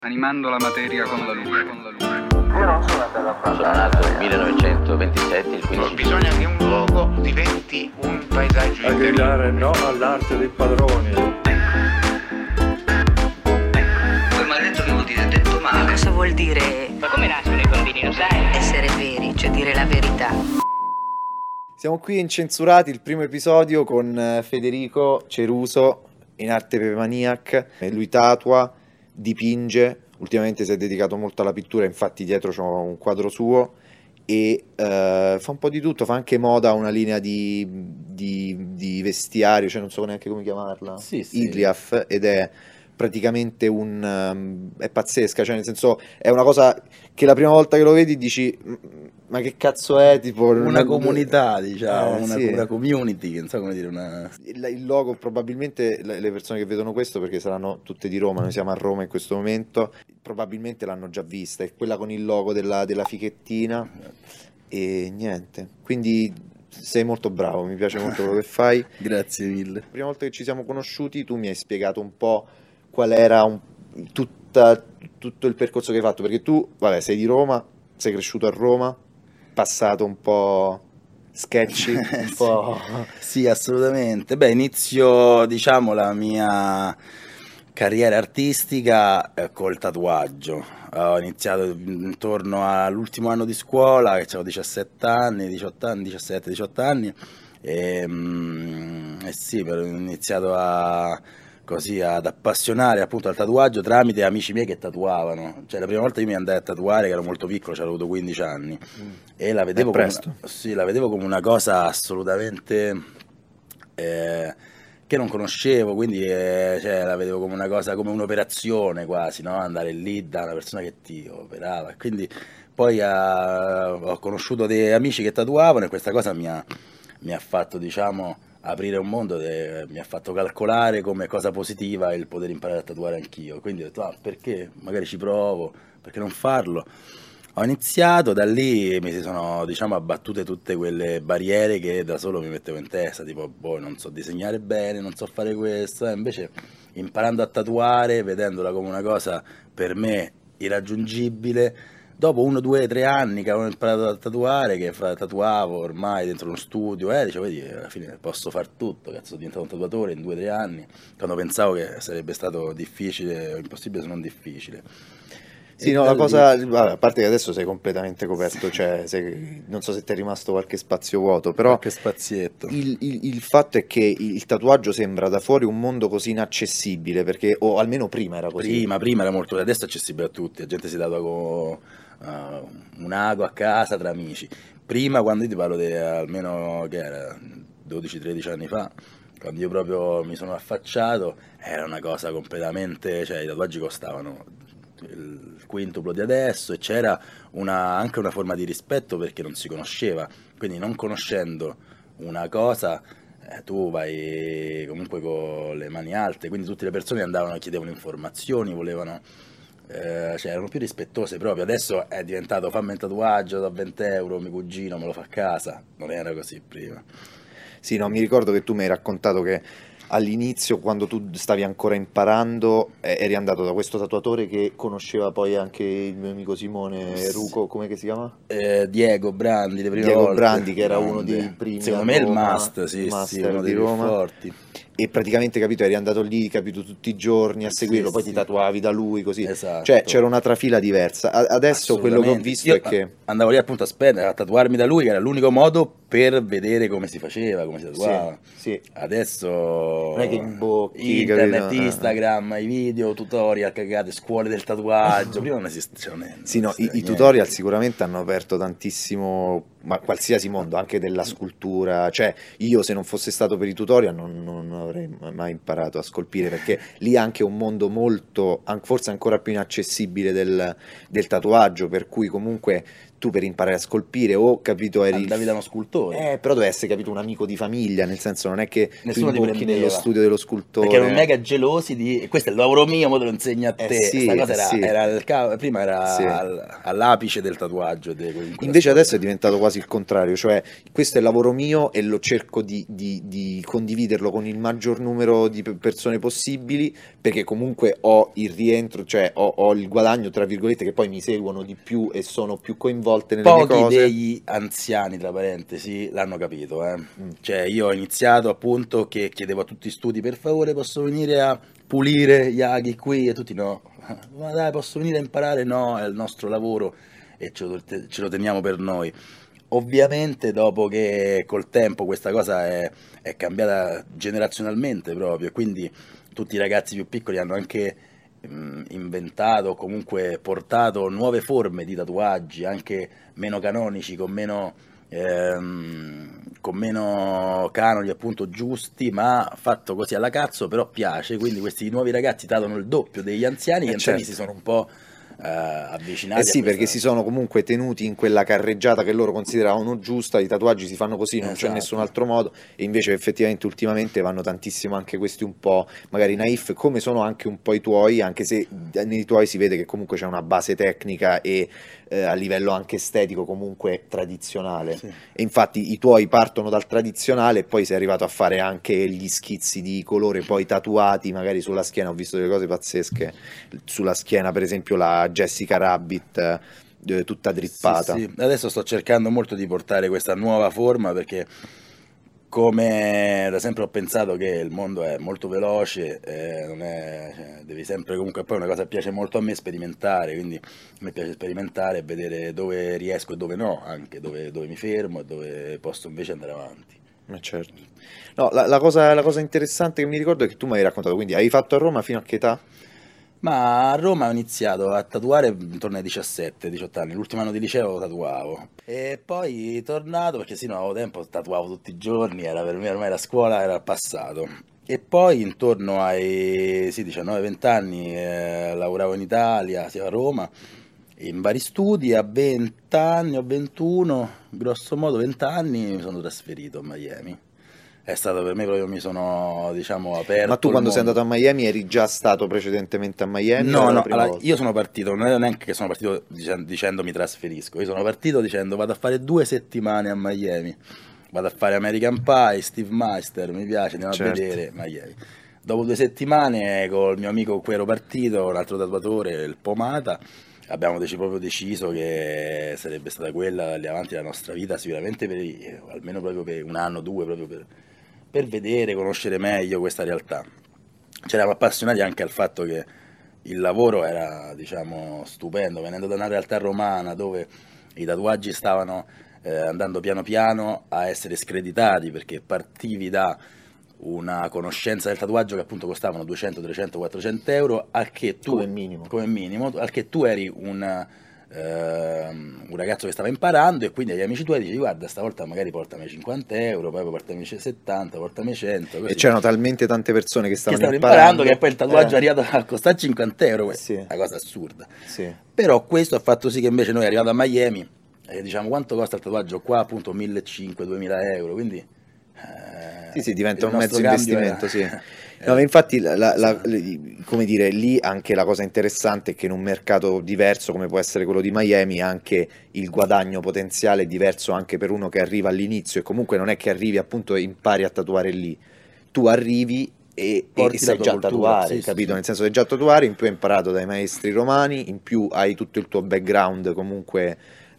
animando la materia con la luce. Io non sono andato a fare. Sono nato nel 1927, il 15 Bisogna che un luogo diventi un paesaggio a gridare no all'arte dei padroni. Quel maledetto che vuol dire detto male. Cosa vuol dire? Ma come nascono i bambini, lo sai? Essere veri, cioè dire la verità. Siamo qui in Censurati, il primo episodio con Federico Ceruso, in arte Pepe Maniac. Lui tatua, dipinge, ultimamente si è dedicato molto alla pittura, infatti dietro c'ho un quadro suo e fa un po' di tutto, fa anche moda, una linea di vestiario, cioè non so neanche come chiamarla, Sì. Idliaf, ed è praticamente è pazzesca, cioè nel senso è una cosa che la prima volta che lo vedi dici ma che cazzo è, tipo una comunità, diciamo, sì. una community, che non so come dire, una... Il logo, probabilmente le persone che vedono questo, perché saranno tutte di Roma, noi siamo a Roma in questo momento, probabilmente l'hanno già vista, è quella con il logo della ficchettina e niente, quindi sei molto bravo, mi piace molto quello che fai. Grazie mille. La prima volta che ci siamo conosciuti tu mi hai spiegato un po' qual era tutto il percorso che hai fatto, perché tu, vabbè, sei di Roma, sei cresciuto a Roma, passato un po' sketchy, un po'... Sì, assolutamente. Beh, inizio, diciamo, la mia carriera artistica col tatuaggio. Ho iniziato intorno all'ultimo anno di scuola, che avevo 17 anni, 18 anni, e sì, ho iniziato così ad appassionare appunto al tatuaggio tramite amici miei che tatuavano. Cioè la prima volta io mi andai a tatuare, che ero molto piccolo, cioè avevo avuto 15 anni, e la vedevo come una cosa assolutamente che non conoscevo, quindi cioè, la vedevo come una cosa, come un'operazione quasi, no? Andare lì da una persona che ti operava. Quindi poi ho conosciuto dei amici che tatuavano e questa cosa mi ha fatto, diciamo, aprire un mondo, mi ha fatto calcolare come cosa positiva il poter imparare a tatuare anch'io. Quindi ho detto, perché? Magari ci provo, perché non farlo? Ho iniziato, da lì mi si sono, diciamo, abbattute tutte quelle barriere che da solo mi mettevo in testa, tipo, boh, non so disegnare bene, non so fare questo, invece imparando a tatuare, vedendola come una cosa per me irraggiungibile, dopo 1, 2, 3 anni che avevo imparato a tatuare, che tatuavo ormai dentro uno studio, dicevo, vedi, alla fine posso far tutto, cazzo, sono diventato un tatuatore in 2, 3 anni, quando pensavo che sarebbe stato difficile o impossibile se non difficile. Sì, no, la cosa, vabbè, a parte che adesso sei completamente coperto, cioè non so se ti è rimasto qualche spazio vuoto, però qualche spazietto. Il fatto è che il tatuaggio sembra da fuori un mondo così inaccessibile, perché, o almeno prima era così. Prima era molto, adesso è accessibile a tutti, la gente si tatua con un ago a casa tra amici. Prima, quando io ti parlo di almeno che era 12-13 anni fa, quando io proprio mi sono affacciato, era una cosa completamente, cioè i tatuaggi costavano il quintuplo di adesso e c'era anche una forma di rispetto perché non si conosceva, quindi non conoscendo una cosa tu vai comunque con le mani alte, quindi tutte le persone andavano, chiedevano informazioni, volevano, cioè erano più rispettose proprio. Adesso è diventato fammi un tatuaggio da 20 euro, mio cugino me lo fa a casa, non era così prima. Sì, no, mi ricordo che tu mi hai raccontato che all'inizio, quando tu stavi ancora imparando, eri andato da questo tatuatore che conosceva poi anche il mio amico Simone Ruco, come che si chiama? Diego Brandi, le prime Diego volte. Brandi, che era uno dei primi. Secondo me il master, sì, uno dei più forti. E praticamente, capito, eri andato lì, capito, tutti i giorni a seguirlo, poi ti tatuavi da lui, così. Esatto. Cioè c'era una trafila diversa. Adesso quello che ho visto è che andavo lì appunto a tatuarmi da lui, che era l'unico modo per vedere come si faceva, come si tatuava. Sì. Adesso non è che imbocchi, internet, capito? Instagram, i video, tutorial, cagate, scuole del tatuaggio. Prima non esisteva niente. Sì, no, i tutorial sicuramente hanno aperto tantissimo, ma qualsiasi mondo, anche della scultura. Cioè io, se non fosse stato per i tutorial, non avrei mai imparato a scolpire, perché lì è anche un mondo molto, forse ancora più inaccessibile del tatuaggio, per cui comunque tu per imparare a scolpire, o capito, andavi da uno scultore. Però deve essere, capito, un amico di famiglia, nel senso non è che Nessuno tu ti imbocchi prendeva. nello studio dello scultore. Perché erano mega gelosi di questo è il lavoro mio, mo te lo insegno a te. sì, Sta cosa sì. prima era Sì. all'apice del tatuaggio. Invece adesso è diventato quasi il contrario, cioè questo è il lavoro mio e lo cerco di condividerlo con il maggior numero di persone possibili, perché comunque ho il rientro, cioè ho il guadagno, tra virgolette, che poi mi seguono di più e sono più coinvolte nelle mie Pochi cose. degli anziani, tra parentesi, l'hanno capito. Cioè io ho iniziato appunto che chiedevo a tutti gli studi, per favore posso venire a pulire gli aghi qui, e tutti no, ma dai posso venire a imparare, no, è il nostro lavoro e ce lo teniamo per noi. Ovviamente dopo che col tempo questa cosa è cambiata generazionalmente proprio, e quindi tutti i ragazzi più piccoli hanno anche inventato o comunque portato nuove forme di tatuaggi, anche meno canonici, con meno canoni appunto giusti, ma fatto così alla cazzo, però piace, quindi questi nuovi ragazzi tatuano il doppio degli anziani, gli anziani certo. si sono un po' avvicinati sì, a perché questa- si sono comunque tenuti in quella carreggiata che loro consideravano giusta, i tatuaggi si fanno così, non c'è Esatto. nessun altro modo, e invece effettivamente ultimamente vanno tantissimo anche questi un po' magari naif, come sono anche un po' i tuoi, anche se nei tuoi si vede che comunque c'è una base tecnica e a livello anche estetico comunque tradizionale. Sì. E infatti i tuoi partono dal tradizionale e poi sei arrivato a fare anche gli schizzi di colore poi tatuati magari sulla schiena. Ho visto delle cose pazzesche sulla schiena, per esempio la Jessica Rabbit tutta drippata. Sì, sì. Adesso sto cercando molto di portare questa nuova forma, perché come da sempre ho pensato che il mondo è molto veloce, cioè, devi sempre comunque, poi una cosa che piace molto a me è sperimentare, quindi a me piace sperimentare e vedere dove riesco e dove no, anche dove mi fermo e dove posso invece andare avanti. Ma certo. No, la cosa interessante che mi ricordo è che tu mi hai raccontato, quindi hai fatto a Roma fino a che età? Ma a Roma ho iniziato a tatuare intorno ai 17-18 anni, l'ultimo anno di liceo tatuavo. E poi tornato, perché sì, non avevo tempo, tatuavo tutti i giorni, era per me ormai la scuola era il passato. E poi intorno ai 19-20 anni lavoravo in Italia, sia a Roma, in vari studi, a 20 anni o 21, grosso modo 20 anni, mi sono trasferito a Miami. È stato per me proprio, mi sono diciamo aperto. Ma tu il quando sei mondo. andato a Miami eri già stato precedentemente a Miami? o No, era la no, prima allora, volta? io sono partito, non era neanche che sono partito dicendo mi trasferisco, io sono partito dicendo vado a fare 2 settimane a Miami, vado a fare American Pie, Steve Meister, mi piace, andiamo Certo. a vedere Miami. Dopo 2 settimane col mio amico con cui ero partito, un altro tatuatore, il Pomata, abbiamo proprio deciso che sarebbe stata quella lì avanti la nostra vita, sicuramente almeno proprio per 1 anno, 2, proprio per vedere, conoscere meglio questa realtà. Ci eravamo appassionati anche al fatto che il lavoro era, diciamo, stupendo, venendo da una realtà romana dove i tatuaggi stavano andando piano piano a essere screditati, perché partivi da una conoscenza del tatuaggio che appunto costavano 200, 300, 400 euro, al che tu, Come minimo. al che tu eri un ragazzo che stava imparando, e quindi agli amici tuoi dici guarda stavolta magari portami 50 euro, poi portami 70, portami 100, così. E c'erano talmente tante persone che Che stavano stavano imparando che poi il tatuaggio è Eh, arrivato a costare 50 euro, questa Sì. è una cosa assurda. sì. Però questo ha fatto sì che invece noi arrivati a Miami, diciamo quanto costa il tatuaggio qua, appunto 1.500-2.000 euro, quindi Sì, diventa il un mezzo nostro cambio investimento, sì. era- No, ma infatti, come dire, lì anche la cosa interessante è che in un mercato diverso come può essere quello di Miami, anche il guadagno potenziale è diverso anche per uno che arriva all'inizio, e comunque non è che arrivi appunto e impari a tatuare lì, tu arrivi e Porti sai la già tua cultura, tatuare, sì, capito? sì. Nel senso che già tatuare, in più hai imparato dai maestri romani, in più hai tutto il tuo background comunque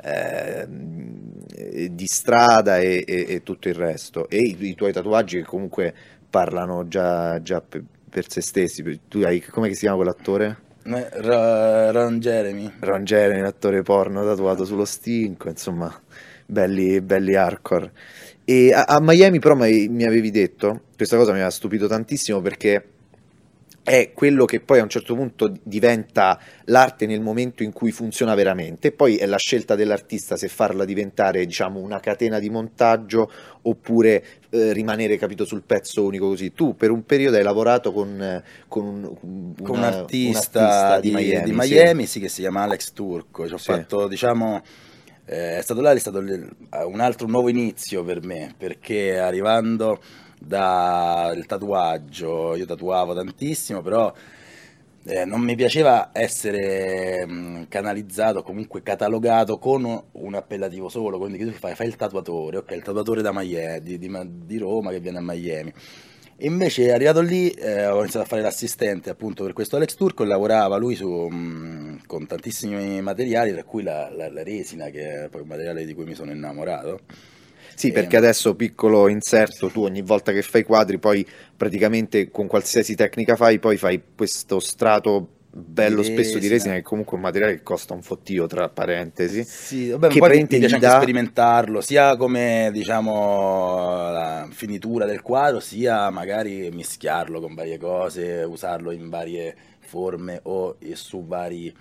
di strada e tutto il resto, e i tuoi tatuaggi che comunque parlano già per se stessi. Tu hai, come si chiama quell'attore? Ron Jeremy. Ron Jeremy, l'attore porno tatuato sullo stinco, insomma, belli hardcore. E a Miami però mi avevi detto, questa cosa mi aveva stupito tantissimo, perché è quello che poi a un certo punto diventa l'arte nel momento in cui funziona veramente, e poi è la scelta dell'artista se farla diventare, diciamo, una catena di montaggio oppure rimanere, capito, sul pezzo unico così. Tu per un periodo hai lavorato con Un artista di Miami, Miami, sì, che si chiama Alex Turco. Ci ho Sì. fatto, diciamo, è stato un altro nuovo inizio per me, perché arrivando dal tatuaggio, io tatuavo tantissimo, però non mi piaceva essere canalizzato, comunque catalogato con un appellativo solo, quindi che tu fai il tatuatore, ok, il tatuatore da Miami, di Roma che viene a Miami. E invece arrivato lì ho iniziato a fare l'assistente appunto per questo Alex Turco, e lavorava lui con tantissimi materiali, tra cui la resina, che è poi un materiale di cui mi sono innamorato. Sì, perché adesso, piccolo inserto, tu ogni volta che fai quadri, poi praticamente con qualsiasi tecnica poi fai questo strato bello spesso di resina, che comunque è un materiale che costa un fottio, tra parentesi. Sì, vabbè, che poi mi piace gli anche dà... sperimentarlo, sia come diciamo la finitura del quadro, sia magari mischiarlo con varie cose, usarlo in varie forme o su vari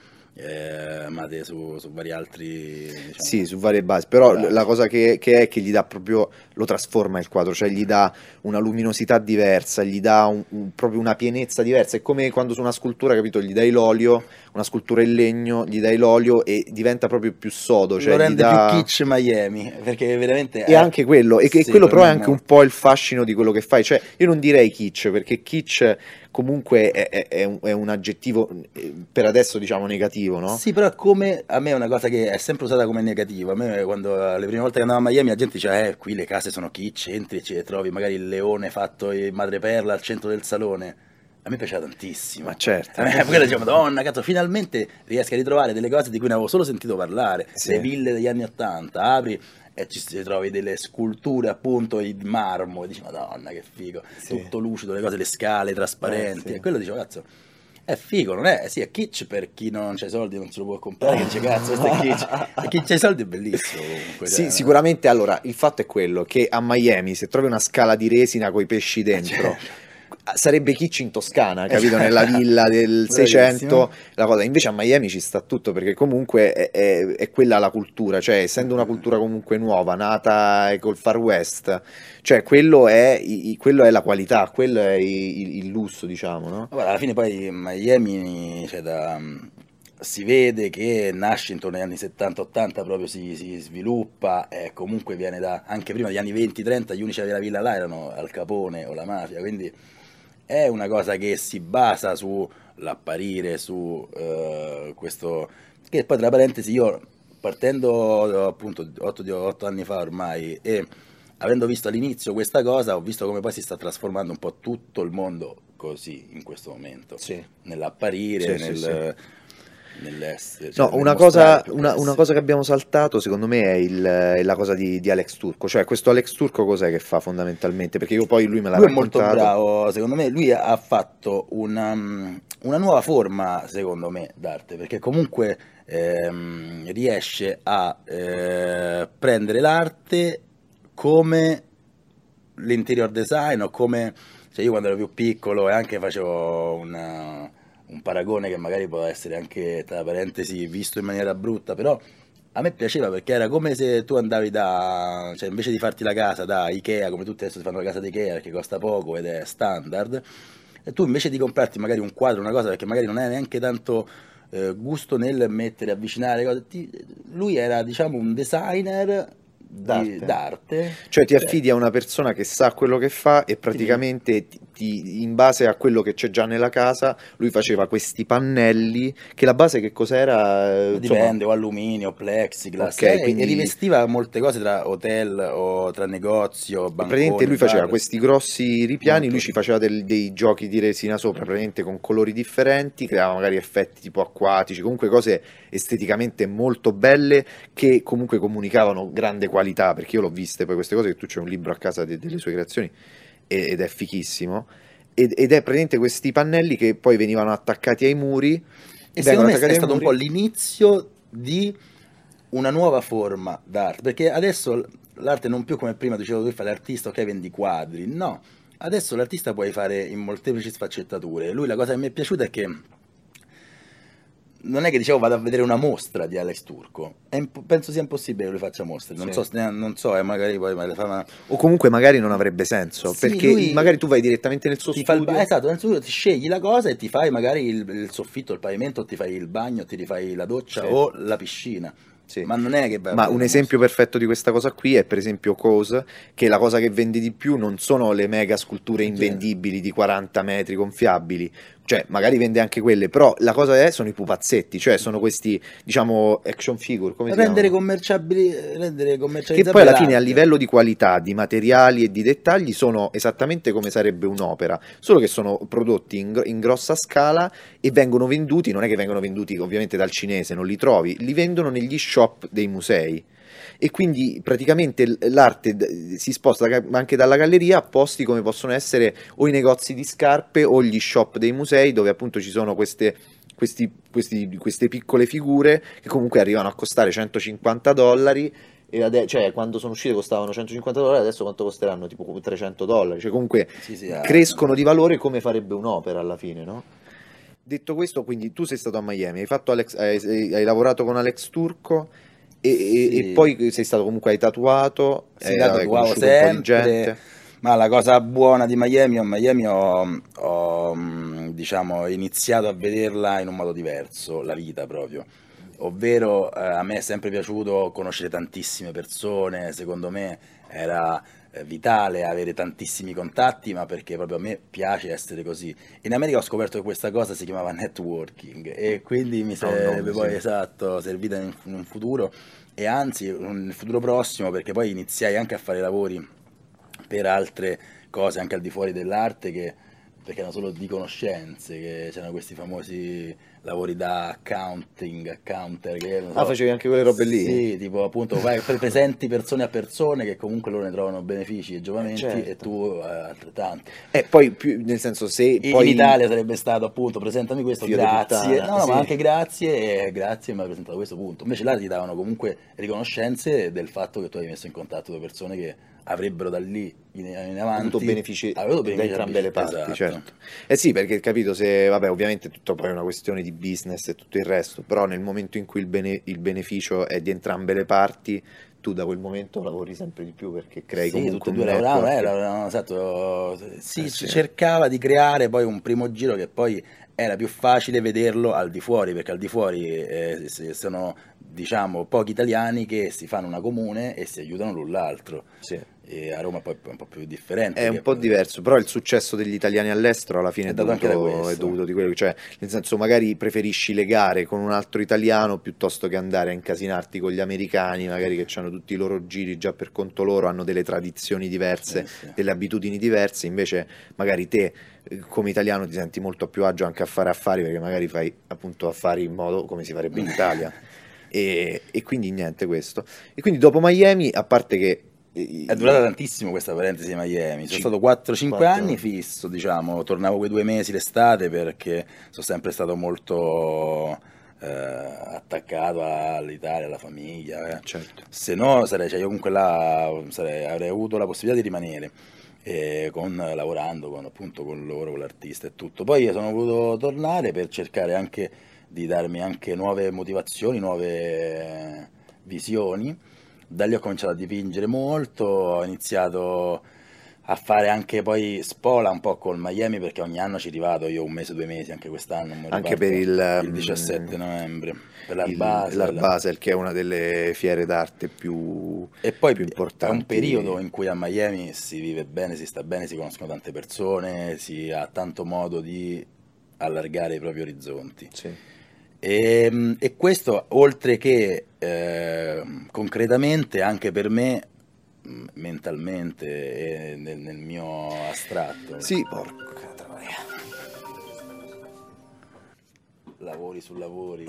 su vari altri, diciamo, Sì, su varie basi, però esatto. la cosa che è che gli dà proprio, lo trasforma il quadro, cioè gli dà una luminosità diversa, gli dà proprio una pienezza diversa. È come quando su una scultura, capito, gli dai l'olio, una scultura in legno, gli dai l'olio e diventa proprio più sodo, cioè lo gli rende dà... più kitsch Miami, perché veramente E anche quello, e sì, quello però è per me anche un po' il fascino di quello che fai, cioè io non direi kitsch, perché kitsch comunque è un aggettivo per adesso diciamo negativo, no? Sì, però come a me è una cosa che è sempre usata come negativa. A me quando le prime volte che andavo a Miami la gente diceva qui le case sono kitsch, entri e ci trovi magari il leone fatto in madreperla al centro del salone. A me piaceva tantissimo. Ma certo. A me poi dicevo, Madonna, cazzo, finalmente riesco a ritrovare delle cose di cui ne avevo solo sentito parlare. Sì. Le ville degli anni '80, apri e ci trovi delle sculture appunto in marmo e dici, Madonna, che figo. Sì. Tutto lucido, le cose, le scale trasparenti. Sì. E quello dicevo, cazzo, è figo, non è? Sì, è kitsch per chi non c'ha i soldi, non se lo può comprare, che dice, cazzo, questo è kitsch. E chi c'ha i soldi è bellissimo comunque. Sì, cioè, sicuramente. Allora, il fatto è quello che a Miami, se trovi una scala di resina coi pesci dentro, certo. sarebbe kitsch in Toscana, capito? Nella villa del Bravissimo. 600, la cosa. Invece a Miami ci sta tutto, perché comunque è quella la cultura, cioè essendo una cultura comunque nuova, nata col Far West, cioè quello è la qualità, quello è il lusso, diciamo, no? Guarda, alla fine poi Miami, cioè, si vede che nasce intorno agli anni 70-80, proprio si sviluppa, e comunque viene anche prima degli anni 20-30, gli unici ad avere la villa là erano Al Capone o la mafia, quindi è una cosa che si basa sull'apparire, su questo, che poi tra parentesi io partendo appunto 8 anni fa ormai e avendo visto all'inizio questa cosa, ho visto come poi si sta trasformando un po' tutto il mondo così in questo momento, Sì. nell'apparire, Sì. nell'essere. No, cioè, una nel mostrare cosa, più che una essere. cosa che abbiamo saltato, secondo me, è la cosa di Alex Turco. Cioè, questo Alex Turco cos'è che fa fondamentalmente? Perché io poi lui me l'ha Lui è molto raccontato. bravo, secondo me, lui ha fatto una nuova forma, secondo me, d'arte, perché comunque riesce a prendere l'arte come l'interior design o come, cioè io quando ero più piccolo e anche facevo un paragone che magari può essere anche, tra parentesi, visto in maniera brutta, però a me piaceva perché era come se tu andavi cioè invece di farti la casa da Ikea, come tutti adesso si fanno la casa da Ikea perché costa poco ed è standard, e tu invece di comprarti magari un quadro, una cosa, perché magari non hai neanche tanto gusto nel mettere, avvicinare cose, lui era diciamo un designer d'arte. Cioè ti affidi a una persona che sa quello che fa e praticamente in base a quello che c'è già nella casa, lui faceva questi pannelli che la base che cos'era? Dipende, o alluminio, plexiglass, Ok, quindi- e rivestiva molte cose tra hotel o tra negozio, banconi, Praticamente lui faceva bar. questi grossi ripiani, Molto. lui ci faceva dei giochi di resina sopra, praticamente con colori differenti, creava magari effetti tipo acquatici, comunque cose esteticamente molto belle che comunque comunicavano grande qualità, perché io l'ho viste poi queste cose, che tu c'è un libro a casa delle sue creazioni ed è fichissimo, ed è praticamente questi pannelli che poi venivano attaccati ai muri, E secondo me è attaccati ai stato un muri. po' l'inizio di una nuova forma d'arte, perché adesso l'arte non più come prima dicevo tu fai l'artista, ok, vendi quadri, no, adesso l'artista puoi fare in molteplici sfaccettature. Lui la cosa che mi è piaciuta è che non è che dicevo vado a vedere una mostra di Alex Turco, penso sia impossibile che lui faccia mostre, non Sì. so, magari poi me le fa una... O comunque magari non avrebbe senso, Sì, perché lui- magari tu vai direttamente nel suo ti fa studio. esatto, nel studio ti scegli la cosa e ti fai magari il soffitto, il pavimento, ti fai il bagno, ti rifai la doccia Sì. o la piscina. Sì. Ma non è che Ma un esempio perfetto di questa cosa qui è per esempio Cause, che la cosa che vende di più non sono le mega sculture invendibili di 40 metri gonfiabili, cioè magari vende anche quelle, però la cosa sono i pupazzetti, cioè sono questi, diciamo, action figure, come si rendere chiamano? rendere commercializzabili Che poi alla fine a l'arte. livello di qualità, di materiali e di dettagli sono esattamente come sarebbe un'opera, solo che sono prodotti in grossa scala e vengono venduti, non è che vengono venduti ovviamente dal cinese, non li trovi, li vendono negli shop dei musei. E quindi praticamente l'arte si sposta anche dalla galleria a posti come possono essere o i negozi di scarpe o gli shop dei musei, dove appunto ci sono queste piccole figure che comunque arrivano a costare $150 e cioè quando sono uscite costavano $150, adesso quanto costeranno? Tipo $300, cioè comunque Sì, crescono di valore come farebbe un'opera alla fine, no? Detto questo, quindi tu sei stato a Miami, hai lavorato con Alex Turco e poi sei stato comunque, hai tatuato, Sì, hai tatuavo conosciuto un po' di sempre. gente. Ma la cosa buona di Miami, ho diciamo, iniziato a vederla in un modo diverso, la vita proprio. Ovvero, a me è sempre piaciuto conoscere tantissime persone, secondo me era vitale avere tantissimi contatti, ma perché proprio a me piace essere così. In America ho scoperto che questa cosa si chiamava networking e quindi mi sarebbe poi servita in un futuro, e anzi nel futuro prossimo, perché poi iniziai anche a fare lavori per altre cose anche al di fuori dell'arte, perché erano solo di conoscenze, che c'erano questi famosi lavori da accounter, che non so. Facevi anche quelle robe lì? Sì, tipo appunto presenti persone a persone che comunque loro ne trovano benefici e giovamenti, e tu altrettanto. Poi nel senso, se In Italia sarebbe stato appunto presentami questo, Figlio di grazie, puttana, sì. ma anche grazie, mi hai presentato questo, punto. Invece là ti davano comunque riconoscenze del fatto che tu hai messo in contatto due persone che avrebbero da lì in avanti avuto benefici da benefici entrambe le parti, esatto. certo. Sì, perché capito, se vabbè, ovviamente tutto poi è una questione di business e tutto il resto, però nel momento in cui il beneficio è di entrambe le parti, tu da quel momento lavori sempre di più, perché crei comunque tutte e un due lavoravano, network. esatto. Sì. Cercava di creare poi un primo giro che poi era più facile vederlo al di fuori, perché al di fuori sono, diciamo, pochi italiani che si fanno una comune e si aiutano l'un l'altro. Sì. E a Roma poi è un po' più differente. È un po' diverso, però il successo degli italiani all'estero alla fine è dovuto di quello, cioè nel senso magari preferisci legare con un altro italiano piuttosto che andare a incasinarti con gli americani, magari che hanno tutti i loro giri già per conto loro, hanno delle tradizioni diverse, delle abitudini diverse, invece magari te come italiano ti senti molto a più agio anche a fare affari, perché magari fai appunto affari in modo come si farebbe in Italia. E quindi niente, questo. E quindi dopo Miami, a parte che è durata tantissimo questa parentesi di Miami, sono stato 4-5 anni fisso, diciamo, tornavo quei 2 mesi l'estate perché sono sempre stato molto attaccato all'Italia, alla famiglia. Certo. Se no io comunque là avrei avuto la possibilità di rimanere. Lavorando appunto con loro, con l'artista e tutto. Poi sono voluto tornare per cercare anche di darmi anche nuove motivazioni, nuove visioni. Da lì ho cominciato a dipingere molto, ho iniziato a fare anche poi spola un po' col Miami, perché ogni anno ci rivado io 1 mese, 2 mesi, anche quest'anno. Anche per il 17 novembre, per l'Art Basel, che è una delle fiere d'arte più importanti. È un periodo in cui a Miami si vive bene, si sta bene, si conoscono tante persone, si ha tanto modo di allargare i propri orizzonti. Sì. E questo, oltre che concretamente, anche per me, mentalmente e nel mio astratto. Sì, porca troia. Lavori su lavori.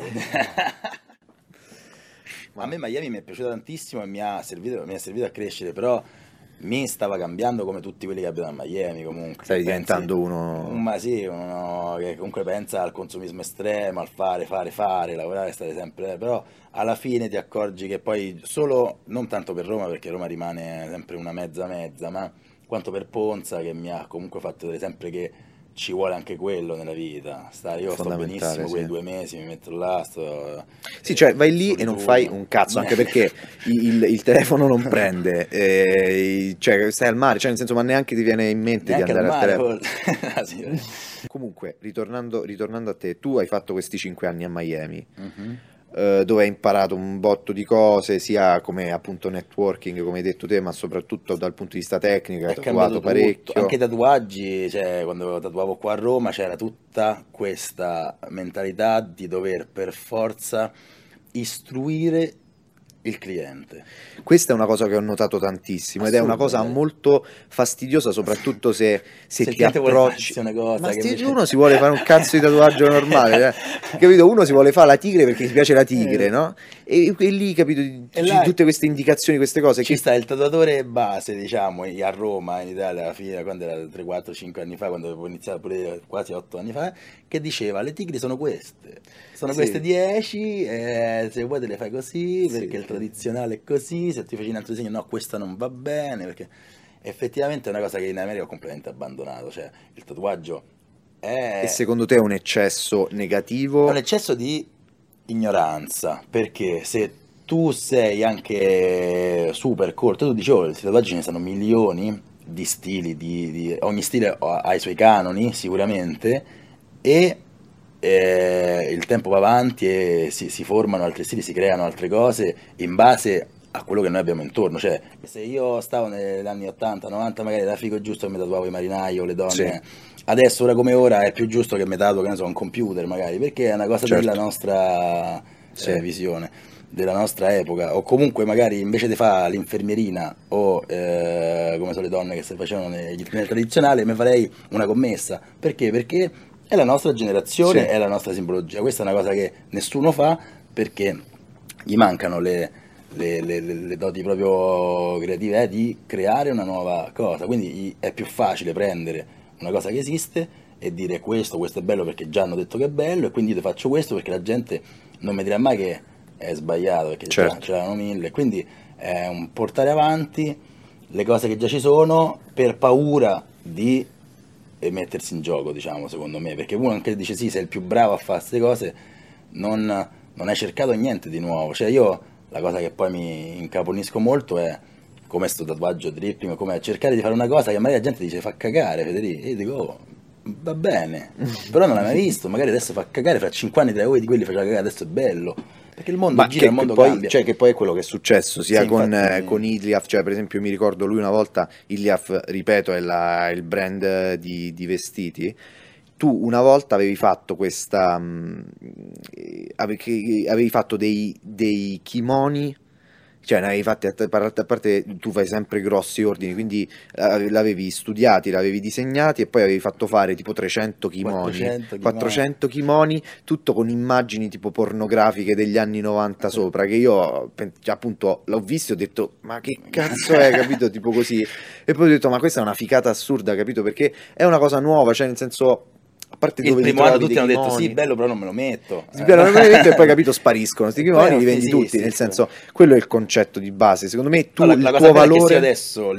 Ma a me Miami mi è piaciuta tantissimo e mi ha servito a crescere, però mi stava cambiando come tutti quelli che abitano a Miami comunque. Stai diventando uno che comunque pensa al consumismo estremo, al fare, lavorare, stare sempre, però alla fine ti accorgi che poi solo, non tanto per Roma, perché Roma rimane sempre una mezza, ma quanto per Ponza, che mi ha comunque fatto vedere sempre che ci vuole anche quello nella vita. Io sto benissimo quei 2 mesi, mi metto là, sì, cioè vai lì e non fai un cazzo, anche perché il telefono non prende, cioè stai al mare, cioè nel senso, ma neanche ti viene in mente neanche di andare al telefono. Sì. Comunque, ritornando a te, tu hai fatto questi 5 anni a Miami. dove hai imparato un botto di cose, sia come appunto networking, come hai detto te, ma soprattutto dal punto di vista tecnico, hai È cambiato tatuato parecchio. tutto, anche i tatuaggi, cioè quando tatuavo qua a Roma c'era tutta questa mentalità di dover per forza istruire il cliente. Questa è una cosa che ho notato tantissimo ed è una cosa molto fastidiosa, soprattutto se Se il ti cliente vuole approcci. farsi una cosa Ma che invece- uno si vuole fare un cazzo di tatuaggio normale, capito? Uno si vuole fare la tigre perché gli piace la tigre, no? E lì, capito, E là- tutte queste indicazioni, queste cose Ci che sta il tatuatore base, diciamo, a Roma, in Italia, alla fine, quando era 3, 4, 5 anni fa, quando avevo iniziato pure quasi 8 anni fa, che diceva, le tigri sono queste, sono Sì. queste 10, se vuoi te le fai così, Sì. perché il tradizionale è così, se ti fai un altro disegno, no, questa non va bene, perché effettivamente è una cosa che in America ho completamente abbandonato, cioè il tatuaggio e è... secondo te è un eccesso negativo? È un eccesso di ignoranza, perché se tu sei anche super corto, tu dici, oh, i tatuaggi ce ne sono milioni di stili, ogni stile ha i suoi canoni sicuramente, e il tempo va avanti e si formano altri stili, si creano altre cose in base a quello che noi abbiamo intorno. Cioè, se io stavo negli anni 80, 90, magari era figo giusto che mi tatuavo i marinai o le donne. Sì. Adesso, ora come ora, è più giusto che mi tatuo, che ne so, un computer magari, perché è una cosa Certo. della nostra Sì. visione, della nostra epoca. O comunque magari invece di fare l'infermierina o come sono le donne che si facevano nel tradizionale, mi farei una commessa. Perché? Perché è la nostra generazione, Sì. è la nostra simbologia. Questa è una cosa che nessuno fa perché gli mancano le doti proprio creative, di creare una nuova cosa. Quindi è più facile prendere una cosa che esiste e dire questo è bello perché già hanno detto che è bello, e quindi io ti faccio questo perché la gente non mi dirà mai che è sbagliato, perché Certo. già ce l'hanno 1000. Quindi è un portare avanti le cose che già ci sono per paura di mettersi in gioco, diciamo, secondo me, perché uno anche dice sì, sei il più bravo a fare queste cose, non hai cercato niente di nuovo. Cioè io, la cosa che poi mi incaponisco molto è come sto tatuaggio dripping, come cercare di fare una cosa che magari la gente dice fa cagare, Federico, e io dico oh, va bene, però non l'hai mai visto, magari adesso fa cagare, fra 5 anni tra voi di quelli faceva cagare, adesso è bello, perché il mondo gira, il mondo poi, cambia. cioè, che poi è quello che è successo sia Sì, con, infatti. con Iliaf, cioè per esempio mi ricordo lui una volta, Iliaf, ripeto, è il brand di vestiti. Tu una volta avevi fatto questa avevi fatto dei kimoni, cioè ne avevi fatti, a parte tu fai sempre grossi ordini, quindi l'avevi studiati, l'avevi disegnati e poi avevi fatto fare tipo 300 kimoni, 400 kimoni, tutto con immagini tipo pornografiche degli anni 90 sopra, che io appunto l'ho visto e ho detto ma che cazzo è, capito, tipo così, e poi ho detto ma questa è una ficata assurda, capito, perché è una cosa nuova, cioè nel senso, a parte Il dove primo li anno trovi tutti dei hanno detto kimoni, sì, bello, però non me lo metto. sì, però non me li metto e poi capito spariscono sti kimoni, Però li vendi sì, tutti, sì, nel sì. senso quello è il concetto di base, secondo me tu No, il la tuo cosa bella è che se valore io adesso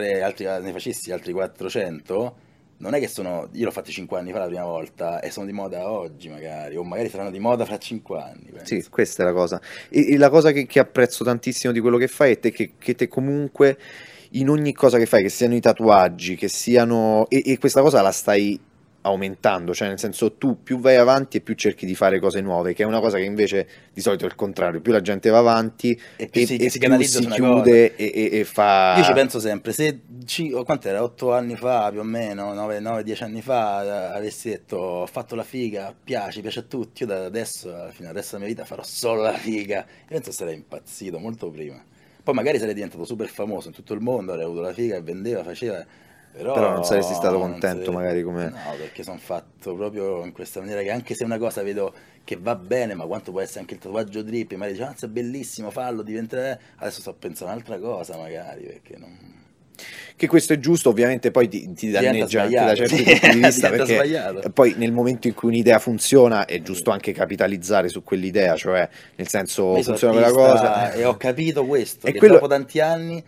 ne facessi altri 400, non è che sono, io l'ho fatti 5 anni fa la prima volta e sono di moda oggi magari, o magari saranno di moda fra 5 anni. Sì, penso. questa è la cosa. E la cosa che apprezzo tantissimo di quello che fai è che te comunque in ogni cosa che fai, che siano i tatuaggi, che siano... E questa cosa la stai aumentando, cioè nel senso tu più vai avanti e più cerchi di fare cose nuove, che è una cosa che invece di solito è il contrario, più la gente va avanti E più si più canalizza si su una chiude e fa... Io ci penso sempre, se quant'era, 8 anni fa più o meno, 9-10 anni fa, avessi detto ho fatto la figa, piace a tutti, io da adesso, fino al resto della mia vita farò solo la figa, io penso sarei impazzito molto prima. Poi magari sarei diventato super famoso in tutto il mondo, avrei avuto la figa e vendeva, faceva, Però non saresti stato non contento sarei- magari come... No, perché sono fatto proprio in questa maniera che anche se una cosa vedo che va bene, ma quanto può essere anche il tatuaggio drip, magari dice, è bellissimo, fallo, diventerà... Adesso sto pensando a un'altra cosa magari, perché non... Che questo è giusto, ovviamente poi ti danneggia anche da sbagliato, certi sì, punti di vista, diventa perché sbagliato. poi nel momento in cui un'idea funziona è giusto anche capitalizzare su quell'idea, cioè nel senso Ma io sono funziona quella artista cosa e ho capito questo, E che quello- dopo tanti anni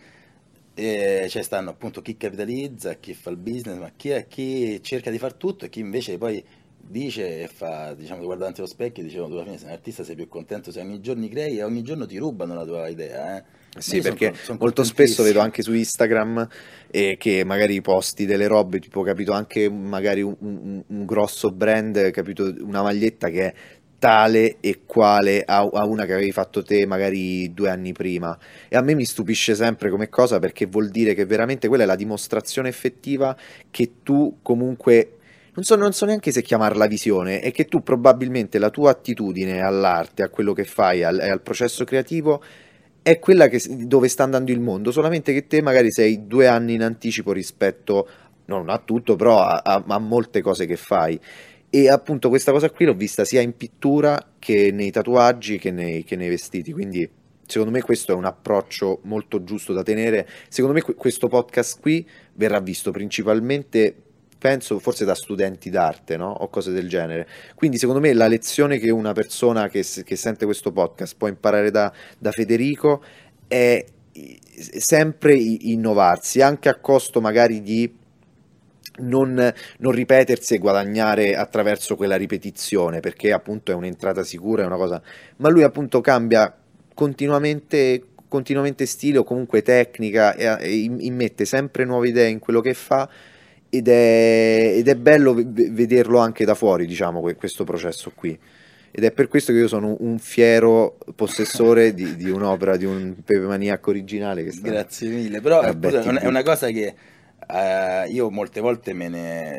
cioè stanno appunto chi capitalizza, chi fa il business, ma chi cerca di far tutto e chi invece poi dice e fa, diciamo, guarda davanti allo specchio e dice tu alla fine sei un artista, sei più contento se ogni giorno crei e ogni giorno ti rubano la tua idea, Sì, Io son perché son molto spesso vedo contentissimo. anche su Instagram che magari posti delle robe, tipo, capito, anche magari un grosso brand, capito, una maglietta che è tale e quale a una che avevi fatto te magari 2 anni prima. E a me mi stupisce sempre come cosa, perché vuol dire che veramente quella è la dimostrazione effettiva che tu comunque, non so neanche se chiamarla visione, è che tu probabilmente la tua attitudine all'arte, a quello che fai, al processo creativo, è quella dove sta andando il mondo, solamente che te magari sei 2 anni in anticipo rispetto, non a tutto, però a molte cose che fai. E appunto questa cosa qui l'ho vista sia in pittura che nei tatuaggi che nei vestiti, quindi secondo me questo è un approccio molto giusto da tenere. Secondo me questo podcast qui verrà visto principalmente, penso, forse da studenti d'arte, no? O cose del genere. Quindi secondo me la lezione che una persona che sente questo podcast può imparare da Federico è sempre innovarsi, anche a costo magari di non ripetersi e guadagnare attraverso quella ripetizione, perché appunto è un'entrata sicura, è una cosa, ma lui appunto cambia continuamente stile o comunque tecnica e immette sempre nuove idee in quello che fa, ed è bello vederlo anche da fuori, diciamo, questo processo qui. Ed è per questo che io sono un fiero possessore di un'opera, di un Pepe Maniac originale. Grazie mille, però è una cosa che io molte volte me ne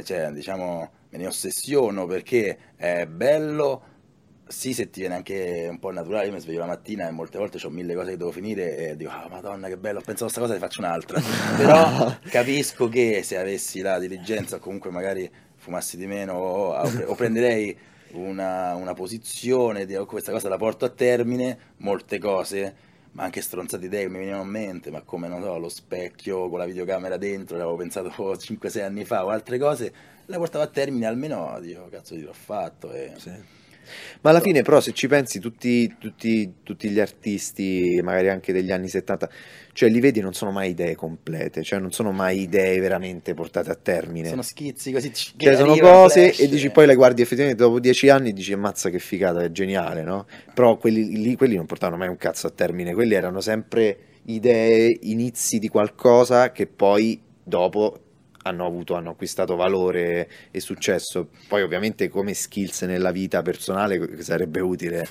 ossessiono, perché è bello, sì, se ti viene anche un po' naturale. Io mi sveglio la mattina e molte volte ho 1000 cose che devo finire e dico, madonna che bello, ho pensato a questa cosa e ne faccio un'altra. Però capisco che se avessi la diligenza, o comunque magari fumassi di meno o prenderei una posizione di questa cosa la porto a termine, molte cose, ma anche stronzate idee che mi venivano in mente, ma come, non so, lo specchio con la videocamera dentro, l'avevo pensato 5-6 anni fa, o altre cose, la portavo a termine, almeno dico, cazzo, l'ho fatto. Sì. Ma alla fine però, se ci pensi, tutti gli artisti magari anche degli anni 70, cioè li vedi, non sono mai idee complete, cioè non sono mai idee veramente portate a termine, sono schizzi così, cioè sono cose flash, e dici, poi le guardi effettivamente dopo 10 anni e dici, ammazza che figata, è geniale, no? Però quelli non portavano mai un cazzo a termine, quelli erano sempre idee, inizi di qualcosa che poi dopo hanno acquistato valore e successo. Poi ovviamente come skills nella vita personale sarebbe utile,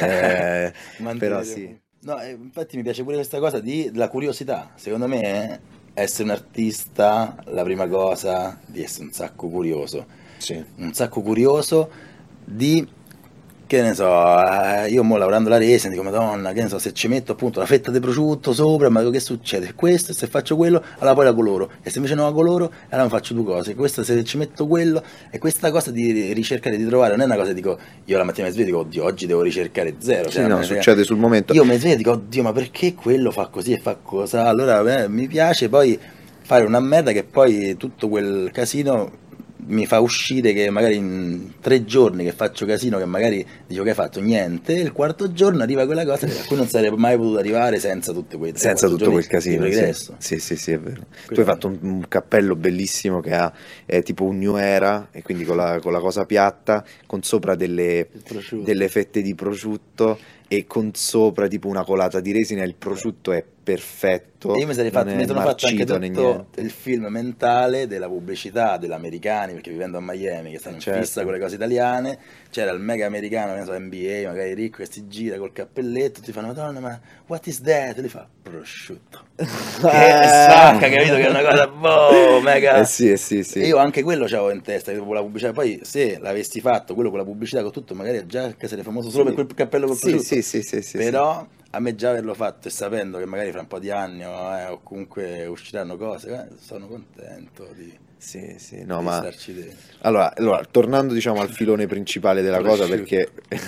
però sì. No, infatti mi piace pure questa cosa della curiosità. Secondo me essere un artista, la prima cosa di essere un sacco curioso. Sì. Un sacco curioso di, che ne so, io mo lavorando la resa dico, madonna, che ne so, se ci metto appunto la fetta di prosciutto sopra, ma che succede? Questo, se faccio quello, allora poi la coloro, e se invece non la coloro, allora faccio 2 cose. Questo, se ci metto quello, e questa cosa di ricercare, di trovare, non è una cosa, dico, io la mattina mi sveglio e dico, oddio, oggi devo ricercare zero. Sì, no, succede sul momento. Io mi sveglio e dico, oddio, ma perché quello fa così e fa cosa? Allora mi piace poi fare una merda che poi tutto quel casino mi fa uscire, che magari in 3 giorni che faccio casino, che magari dico che hai fatto niente, il 4º giorno arriva quella cosa a cui non sarebbe mai potuto arrivare senza tutto quel casino. Sì, è vero. Tu hai fatto un cappello bellissimo che è tipo un New Era, e quindi con la cosa piatta, con sopra delle fette di prosciutto e con sopra tipo una colata di resina, e il prosciutto è perfetto. E io mi sono fatto anche tutto il film mentale della pubblicità degli americani, perché vivendo a Miami, che stanno in fissa con le cose italiane, c'era il mega americano, ne so, NBA, magari ricco, che si gira col cappelletto, ti fanno, madonna, ma what is that? E lui fa, prosciutto. Che sacca, capito? Che è una cosa, mega. Sì. E io anche quello c'avevo in testa, che la pubblicità, poi se l'avessi fatto, quello con la pubblicità, con tutto, magari già essere famoso solo per quel cappello col prosciutto. Sì. Però a me già averlo fatto e sapendo che magari fra un po' di anni o comunque usciranno cose, sono contento di starci dentro. Allora, tornando diciamo al filone principale della cosa, perché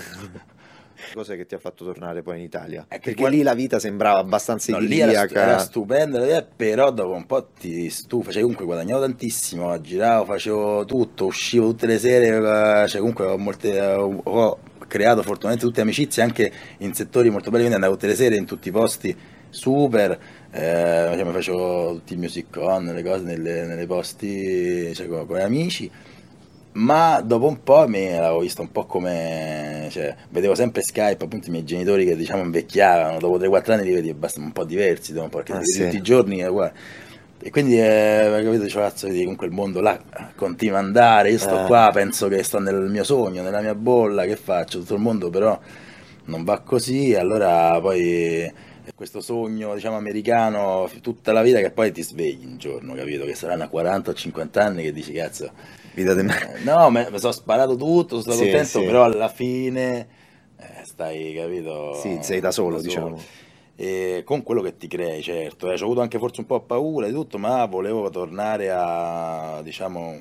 cosa che ti ha fatto tornare poi in Italia? Perché lì la vita sembrava abbastanza idilliaca. Era stupenda, però dopo un po' ti stufa, cioè comunque guadagnavo tantissimo, giravo, facevo tutto, uscivo tutte le sere, cioè comunque ho creato fortunatamente tutte amicizie anche in settori molto belli, quindi andavo tutte le sere in tutti i posti super, mi facevo tutti i music on, le cose nei posti, cioè, con gli amici, ma dopo un po' mi l'avevo visto un po' come, cioè, vedevo sempre Skype, appunto i miei genitori che diciamo invecchiavano, dopo 3-4 anni li vedi un po' diversi, dopo un po', perché tutti i giorni è uguale. E quindi, capito, dicevo, cazzo, vedi, comunque il mondo là continua ad andare, io sto qua, penso che sto nel mio sogno, nella mia bolla, che faccio? Tutto il mondo però non va così, allora poi questo sogno, diciamo, americano tutta la vita, che poi ti svegli un giorno, capito? Che saranno 40 o 50 anni che dici, cazzo, Vita de me. no, mi sono sparato tutto, sono stato Sì, contento, sì. però alla fine stai, capito? Sì, sei da solo, diciamo. E con quello che ti crei, certo, ci ho avuto anche forse un po' paura di tutto, ma volevo tornare a, diciamo,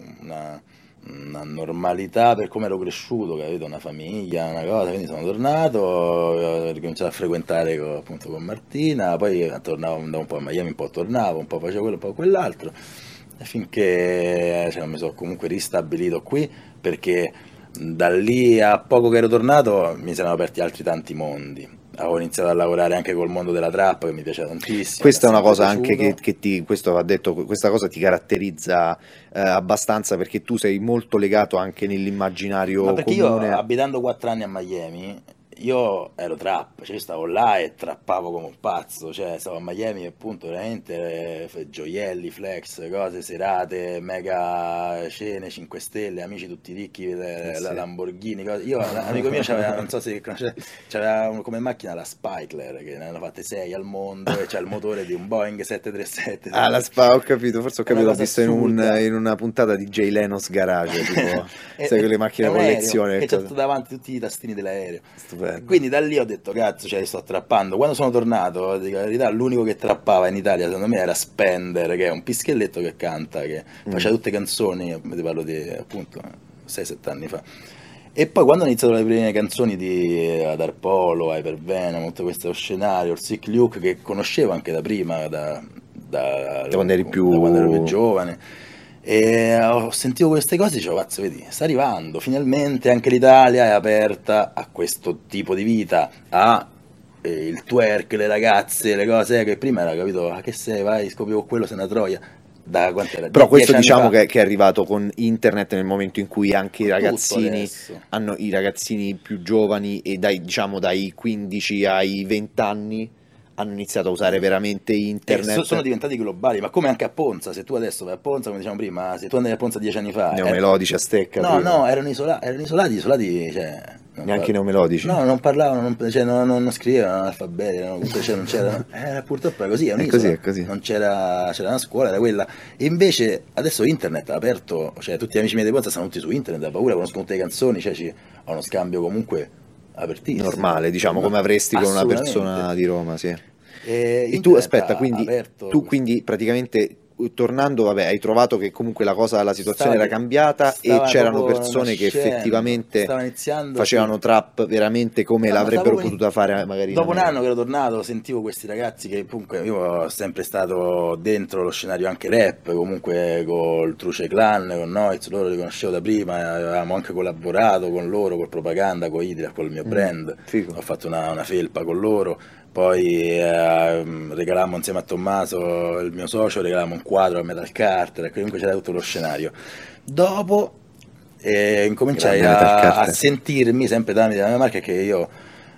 una normalità per come ero cresciuto, capito? Una famiglia, una cosa, quindi sono tornato, ho ricominciato a frequentare appunto con Martina, poi tornavo, andavo un po' a Miami, un po' tornavo, un po' facevo quello, un po' quell'altro, e finché mi sono comunque ristabilito qui, perché da lì a poco che ero tornato mi si erano aperti altri tanti mondi. Avevo iniziato a lavorare anche col mondo della trap, che mi piaceva tantissimo. Questa è una mi è cosa sempre anche piaciuto. questo va detto, questa cosa ti caratterizza abbastanza, perché tu sei molto legato anche nell'immaginario Ma perché comune. io, abitando 4 anni a Miami, io ero trap, cioè io stavo là e trappavo come un pazzo, cioè stavo a Miami e appunto veramente gioielli, flex, cose, serate, mega cene, 5 stelle, amici tutti ricchi, la Lamborghini, cose. Io, un amico mio c'aveva, non so se conoscete, c'aveva come macchina la Spitler, che ne hanno fatte 6 al mondo, e c'ha il motore di un Boeing 737. Ah, ho capito, forse ho È una capito, l'ho cosa visto assurda. in una puntata di Jay Leno's Garage, tipo, sai, quelle macchine È da un aereo collezione. che c'ha tutto davanti tutti i tastini dell'aereo. Stupendo. Quindi da lì ho detto, cazzo, cioè, sto trappando. Quando sono tornato, dico la verità, l'unico che trappava in Italia, secondo me, era Spender, che è un pischelletto che canta, che faceva tutte canzoni, ti parlo di, appunto, 6-7 anni fa. E poi quando ho iniziato le prime canzoni di Dark Polo, Hyper Venom, tutto questo scenario, il Sick Luke, che conoscevo anche da prima, da quando eri da quando ero più più... giovane. E ho sentito queste cose e dicevo, cazzo, vedi, sta arrivando, finalmente anche l'Italia è aperta a questo tipo di vita, a il twerk, le ragazze, le cose, che prima era, capito, che sei, vai, scoprivo quello, sei una troia, da quant'era? Però questo 10 anni diciamo fa. che è arrivato con internet, nel momento in cui anche i Tutto ragazzini adesso. i ragazzini più giovani, e dai 15 ai 20 anni hanno iniziato a usare veramente internet. Sono diventati globali, ma come anche a Ponza, se tu adesso vai a Ponza, come dicevamo prima, se tu andavi a Ponza 10 anni fa, Neomelodici a stecca. no, prima. no, erano isolati, cioè, Neanche neomelodici? No, non parlavano, cioè, non scrivevano alfabeti, comunque, cioè, non c'era, purtroppo era così, è un'isola, È così. non c'era una scuola, era quella. E invece adesso internet ha aperto, cioè tutti gli amici miei di Ponza stanno tutti su internet, ha paura, conoscono tutte le canzoni, cioè ho uno scambio comunque apertissimo. Normale, diciamo, come avresti con una Assolutamente. persona di Roma, sì. E E tu, internet aspetta, ha quindi aperto tu quindi praticamente tornando, vabbè, hai trovato che comunque la situazione era cambiata e stava c'erano proprio persone che nascendo, effettivamente stava iniziando, facevano sì. trap veramente come No, ma l'avrebbero stavo potuta fare magari in dopo un America. anno che ero tornato, sentivo questi ragazzi che comunque io ho sempre stato dentro lo scenario anche rap, comunque col Truce Clan, con Noiz, loro li conoscevo da prima, avevamo anche collaborato con loro, col Propaganda, con Idria, col mio brand, figo. ho fatto una felpa con loro. Poi regalammo insieme a Tommaso, il mio socio, regalammo un quadro a Metal Carter, e comunque c'era tutto lo scenario. Dopo incominciai Grande Metal a Carter. sentirmi sempre tramite la mia marca, che io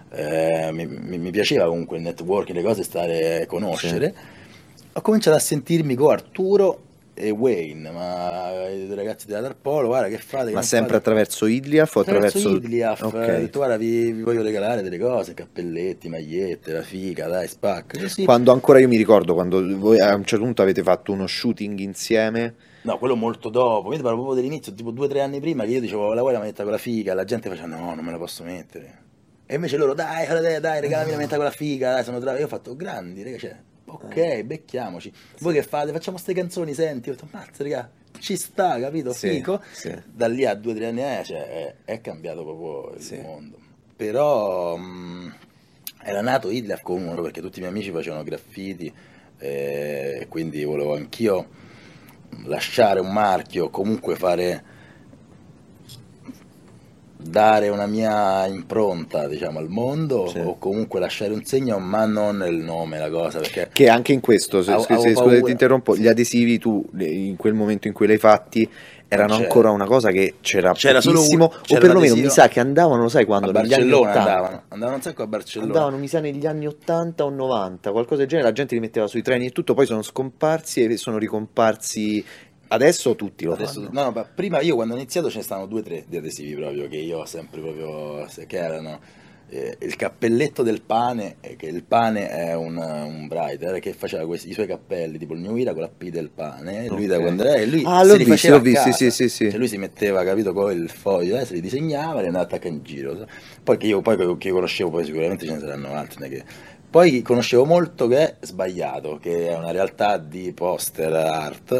mi piaceva comunque il networking, le cose, stare a conoscere. Ho cominciato a sentirmi con Arturo e Wayne, ma i due ragazzi della Tarpolo, guarda che fate, che Ma non sempre fate? attraverso Idliaf o attraverso... Idliaf, Ok. ho detto, guarda, vi voglio regalare delle cose, cappelletti, magliette, la figa, dai, spacca, così. Quando ancora io mi ricordo, quando voi a un certo punto avete fatto uno shooting insieme. No, quello molto dopo, io ti parlo proprio dell'inizio, tipo 2 o 3 anni prima, che io dicevo, la vuoi la maglietta con la figa? La gente faceva, no, non me la posso mettere. E invece loro, dai, regalami la maglietta con la figa, dai, sono Io ho fatto, grandi, raga, cioè, ok, becchiamoci. Voi che fate? Facciamo ste canzoni, senti? Ho detto, mazza, raga, ci sta, capito? Sì, Fico. sì. Da lì a 2 o 3 anni cioè, è cambiato proprio il Sì. mondo. Però era nato Idliaf con uno, perché tutti i miei amici facevano graffiti, quindi volevo anch'io lasciare un marchio, comunque dare una mia impronta, diciamo, al mondo, Sì. o comunque lasciare un segno, ma non nel nome, la cosa, perché Che anche in questo, Avevo scusa paura. ti interrompo, gli adesivi tu in quel momento in cui l'hai fatti erano c'era. ancora una cosa che c'era C'era solo pochissimo, un- o c'era perlomeno l'adesivo. mi sa che andavano, lo sai quando, a negli anni Barcellona 80. andavano un sacco a Barcellona. Andavano, mi sa, negli anni 80 o 90, qualcosa del genere, la gente li metteva sui treni e tutto, poi sono scomparsi e sono ricomparsi. Adesso tutti lo Adesso, fanno. no, ma prima io quando ho iniziato ce ne stavano 2 o 3 di adesivi proprio, che io ho sempre proprio, che erano il cappelletto del pane, che il pane è un writer che faceva i suoi cappelli tipo il New Era con la P del pane, e lui da Ok. quando era, e lui Ah, se l'ho li visto, faceva l'ho visto, a casa. sì. Cioè lui si metteva, capito, con il foglio, se li disegnava e li andava a attaccare in giro. Poi che io conoscevo, poi sicuramente ce ne saranno altri, non è che... Poi conoscevo molto che è Sbagliato, che è una realtà di poster art,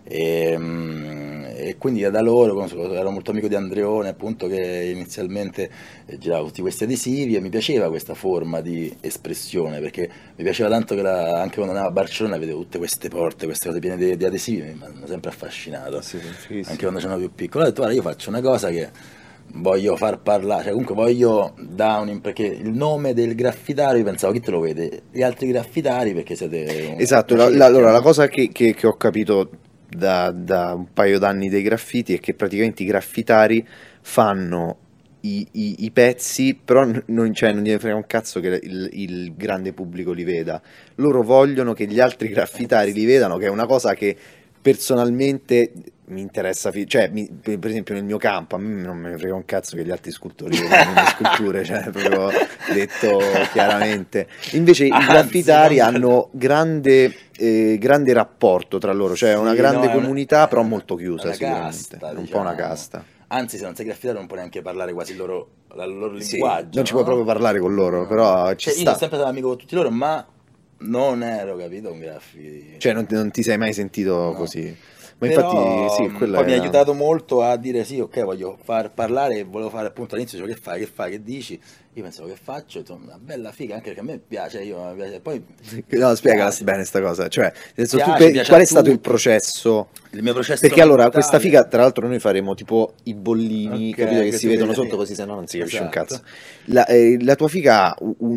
e quindi da loro ero molto amico di Andreone, appunto, che inizialmente girava tutti questi adesivi, e mi piaceva questa forma di espressione, perché mi piaceva tanto che anche quando andavo a Barcellona vedevo tutte queste porte, queste cose piene di adesivi, mi hanno sempre affascinato, Sì, anche quando c'erano più piccolo. Ho detto, guarda, io faccio una cosa che voglio far parlare, cioè comunque voglio dare perché il nome del graffitario, io pensavo, chi te lo vede? Gli altri graffitari, perché siete Esatto, una cerchia, allora la no? cosa che ho capito da un paio d'anni dei graffiti è che praticamente i graffitari fanno i pezzi, però non gliene frega un cazzo che il grande pubblico li veda. Loro vogliono che gli altri graffitari li vedano, che è una cosa che personalmente mi interessa, cioè per esempio nel mio campo a me non me ne frega un cazzo che gli altri scultori vedano le mie sculture, cioè proprio detto chiaramente. Invece i Anzi, graffitari non- hanno grande rapporto tra loro, cioè una Sì, grande no, è comunità, però molto chiusa una sicuramente, casta, è un diciamo. po' una casta. Anzi, se non sei graffitario non puoi neanche parlare quasi il loro Sì, linguaggio, non ci no? puoi proprio parlare con loro, però ci Cioè, io sta. sono sempre stato amico con tutti loro, ma non ero, capito, un graffiti. Cioè non ti sei mai sentito No. così. Ma Però, infatti sì, quello poi mi ha era- aiutato molto a dire sì, ok, voglio far parlare, e volevo fare appunto all'inizio, dicevo, che fai, che dici? Io pensavo, che faccio? Insomma, una bella figa, anche perché a me piace, mi piace. Poi No, spiegala piace. bene sta cosa, cioè, nel senso, Piace a qual è stato il tutti. processo? Il mio processo Perché allora mentale- questa figa, tra l'altro noi faremo tipo i bollini, Ok, capito, che che si si vedono vede, sotto, sì. così se no non si capisce un Esatto. cazzo. La tua figa ha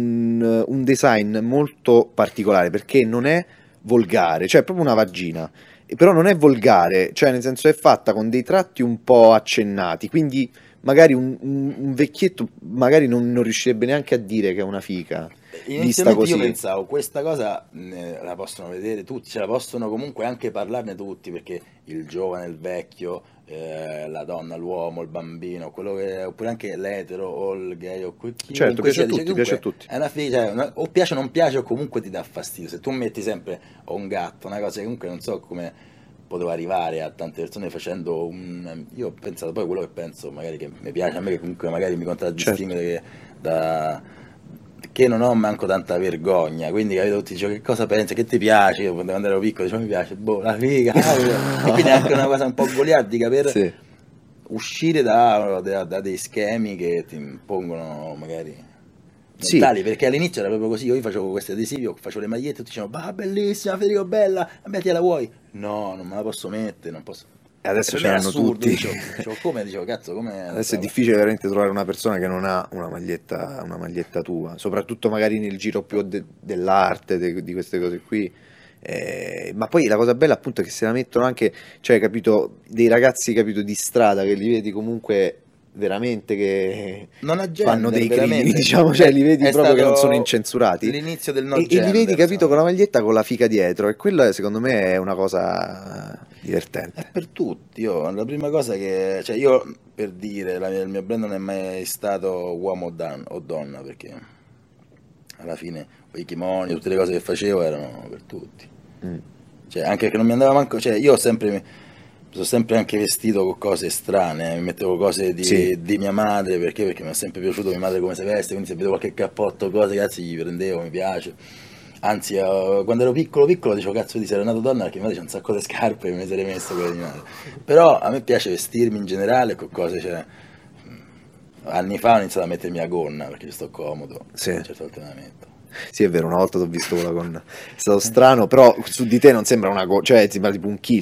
un design molto particolare, perché non è volgare, cioè è proprio una vagina, però non è volgare, cioè nel senso è fatta con dei tratti un po' accennati, quindi magari un vecchietto magari non riuscirebbe neanche a dire che è una figa vista Inizialmente così. io pensavo, questa cosa la possono vedere tutti, ce la possono comunque anche parlarne tutti, perché il giovane, il vecchio, la donna, l'uomo, il bambino, quello che, oppure anche l'etero o il gay o Certo, piace a tutti, comunque piace a tutti. è una figa, cioè, o piace o non piace, o comunque ti dà fastidio. Se tu metti sempre o un gatto, una cosa che comunque non so come potevo arrivare a tante persone facendo io ho pensato, poi quello che penso magari che mi piace a me, che comunque magari mi contraddistingue che non ho manco tanta vergogna, quindi capito, tutti dicono che cosa pensi, che ti piace, io quando ero piccolo dicevo mi piace, boh, la figa, e quindi è anche una cosa un po' goliardica per Sì. uscire da dei schemi che ti impongono magari Sì. mentali, perché all'inizio era proprio così, io facevo questi adesivi, facevo le magliette, tutti dicevano, bah, bellissima Federico, bella, vabbè, te la vuoi? No, non me la posso mettere, non posso. E adesso Per ce me era l'hanno assurdo, tutti. dicevo, come, cazzo, come... Adesso è difficile veramente trovare una persona che non ha una maglietta tua, soprattutto magari nel giro più dell'arte, di queste cose qui. Ma poi la cosa bella appunto è che se la mettono anche, cioè, capito, dei ragazzi, capito, di strada, che li vedi comunque veramente che non ha gender, fanno dei crimini, veramente. diciamo, cioè li vedi È proprio che non stato sono incensurati. l'inizio del no E li gender, vedi, capito, insomma. con la maglietta con la figa dietro, e quella secondo me è una cosa È divertente. per tutti, la prima cosa che, cioè io per dire, il mio brand non è mai stato uomo o donna, perché alla fine i kimoni, tutte le cose che facevo erano per tutti, cioè anche che non mi andava manco, cioè io sono sempre anche vestito con cose strane, mi mettevo cose Sì. di mia madre, perché mi è sempre piaciuto mia madre come si veste, quindi se vedevo qualche cappotto, cose, cazzo, gli prendevo, mi piace. Anzi, quando ero piccolo dicevo, cazzo, di sarei nato donna, perché mia madre c'ha un sacco di scarpe e mi sarei messo quelle di madre. Però a me piace vestirmi in generale con cose, cioè, anni fa ho iniziato a mettermi la gonna, perché ci sto comodo, Sì. certe volte me la metto. Sì, è vero, una volta t'ho visto con la gonna. È stato strano, però su di te non sembra una cioè sembra tipo un kilt.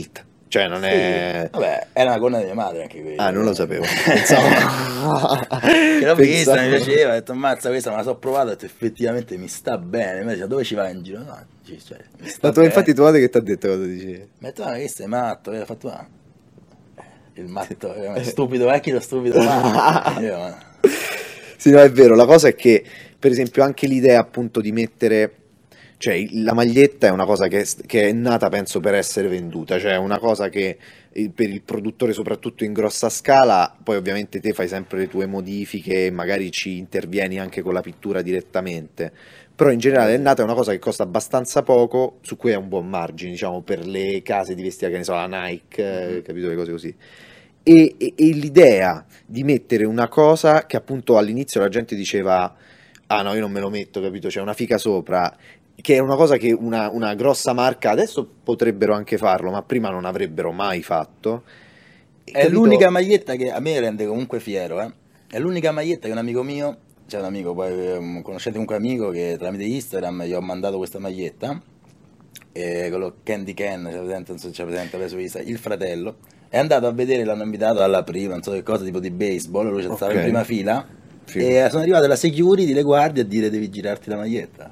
Cioè non è... Vabbè, era una gonna di mia madre anche quella. Ah, non lo sapevo. Pensavo... Che l'ho vista, Pensavo- mi piaceva, ho detto ammazza questa, me la so provata, ho detto effettivamente mi sta bene. Mi dice, dove ci vai in giro? No, cioè, mi sta Ma tu, bene. infatti tua madre che ti ha detto cosa dici? Mi ha detto, ma che sei matto? E ho fatto, il matto, stupido vecchio, stupido matto. Io, ma... Sì, no, è vero, la cosa è che, per esempio, anche l'idea appunto di mettere... Cioè, la maglietta è una cosa che è nata, penso, per essere venduta, cioè è una cosa che per il produttore, soprattutto in grossa scala, poi ovviamente te fai sempre le tue modifiche, magari ci intervieni anche con la pittura direttamente, però in generale è nata, è una cosa che costa abbastanza poco, su cui è un buon margine, diciamo, per le case di vestiario, che ne so, la Nike, capito, le cose così. E l'idea di mettere una cosa che appunto all'inizio la gente diceva, ah no, io non me lo metto, capito, c'è una fica sopra, che è una cosa che una grossa marca adesso potrebbero anche farlo, ma prima non avrebbero mai fatto. È Capito? l'unica maglietta che a me rende comunque fiero, eh. È l'unica maglietta che un amico mio, c'è un amico, poi conoscete comunque amico che tramite Instagram gli ho mandato questa maglietta, quello Candy Can, c'è presente, non so se c'è presente adesso il fratello, è andato a vedere, l'hanno invitato alla prima, non so che cosa, tipo di baseball, lui stava in prima fila, Figo. e sono arrivate la security, le guardie a dire devi girarti la maglietta.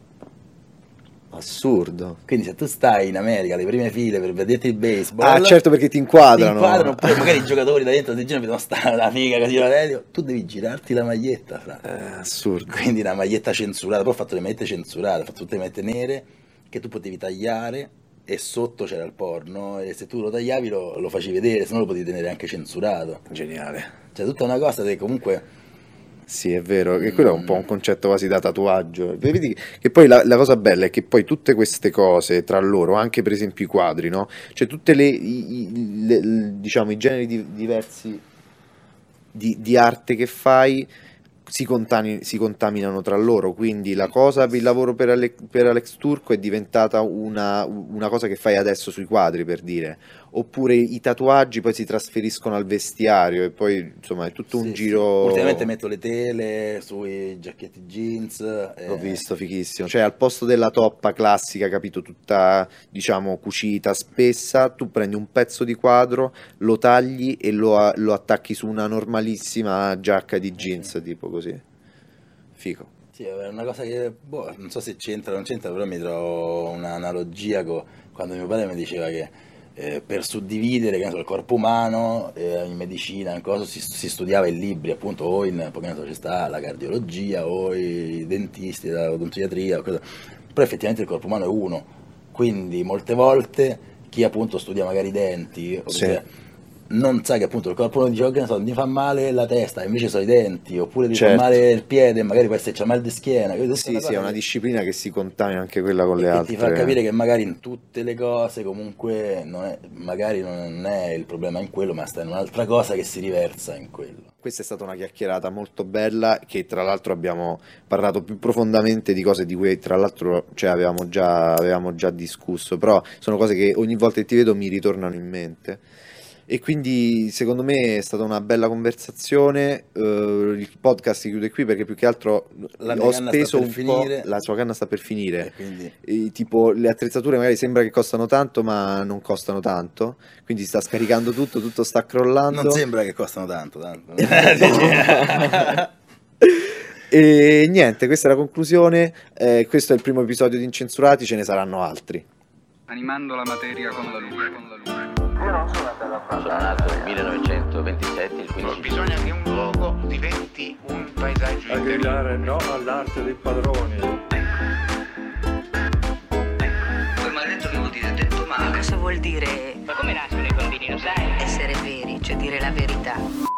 Assurdo. Quindi se tu stai in America alle prime file per vederti il baseball, Ah, certo, perché ti inquadrano. oppure magari i giocatori da dentro ti girano e vedono stare la figa così la radio, tu devi girarti la maglietta, fra. Assurdo. Quindi una maglietta censurata, poi ho fatto le magliette censurate, ho fatto tutte le magliette nere che tu potevi tagliare e sotto c'era il porno e se tu lo tagliavi lo facevi vedere, se no lo potevi tenere anche censurato. Geniale. Cioè tutta una cosa che comunque... Sì, è vero, che quello è un po' un concetto quasi da tatuaggio. Vedi che poi la cosa bella è che poi tutte queste cose tra loro, anche per esempio i quadri, no? Cioè tutte diciamo i generi diversi di arte che fai si contaminano tra loro, quindi la cosa, il lavoro per Alex Turco è diventata una cosa che fai adesso sui quadri, per dire, oppure i tatuaggi poi si trasferiscono al vestiario e poi insomma è tutto un giro. Ultimamente metto le tele sui giacchetti jeans. L'ho visto, fighissimo, cioè al posto della toppa classica, capito, tutta diciamo cucita, spessa, tu prendi un pezzo di quadro, lo tagli e lo attacchi su una normalissima giacca di jeans, tipo così, figo. Sì, è una cosa che non so se c'entra o non c'entra, però mi trovo un'analogia quando mio padre mi diceva che per suddividere, che ne so, il corpo umano in medicina, in cosa si studiava in libri, appunto, o in poi, che ne so, ci sta la cardiologia o i dentisti, la odontoiatria, però effettivamente il corpo umano è uno, quindi molte volte chi appunto studia magari i denti non sa che appunto il corpo uno dice, oh, che ne so, mi fa male la testa, invece sono i denti, oppure ti fa male il piede, magari può essere c'ha mal di schiena. Sì, è una disciplina che si contamina anche quella con le altre. Ti fa capire che magari in tutte le cose comunque magari non è il problema in quello, ma sta in un'altra cosa che si riversa in quello. Questa è stata una chiacchierata molto bella, che tra l'altro abbiamo parlato più profondamente di cose di cui tra l'altro avevamo già discusso, però sono cose che ogni volta che ti vedo mi ritornano in mente. E quindi secondo me è stata una bella conversazione, il podcast si chiude qui perché più che altro ho speso un po', la sua canna sta per finire, e tipo le attrezzature magari sembra che costano tanto ma non costano tanto, quindi sta scaricando tutto sta crollando. Non sembra che costano tanto. E niente, questa è la conclusione, questo è il primo episodio di Incensurati, ce ne saranno altri. Animando la materia con la luce. Io non sono andato a Sono nato nel 1927, il 15 Bisogna che un luogo diventi un paesaggio A gridare no all'arte dei padroni. Quel maledetto che vuol dire detto male. Cosa vuol dire Ma come nascono i bambini, lo sai? essere veri, cioè dire la verità?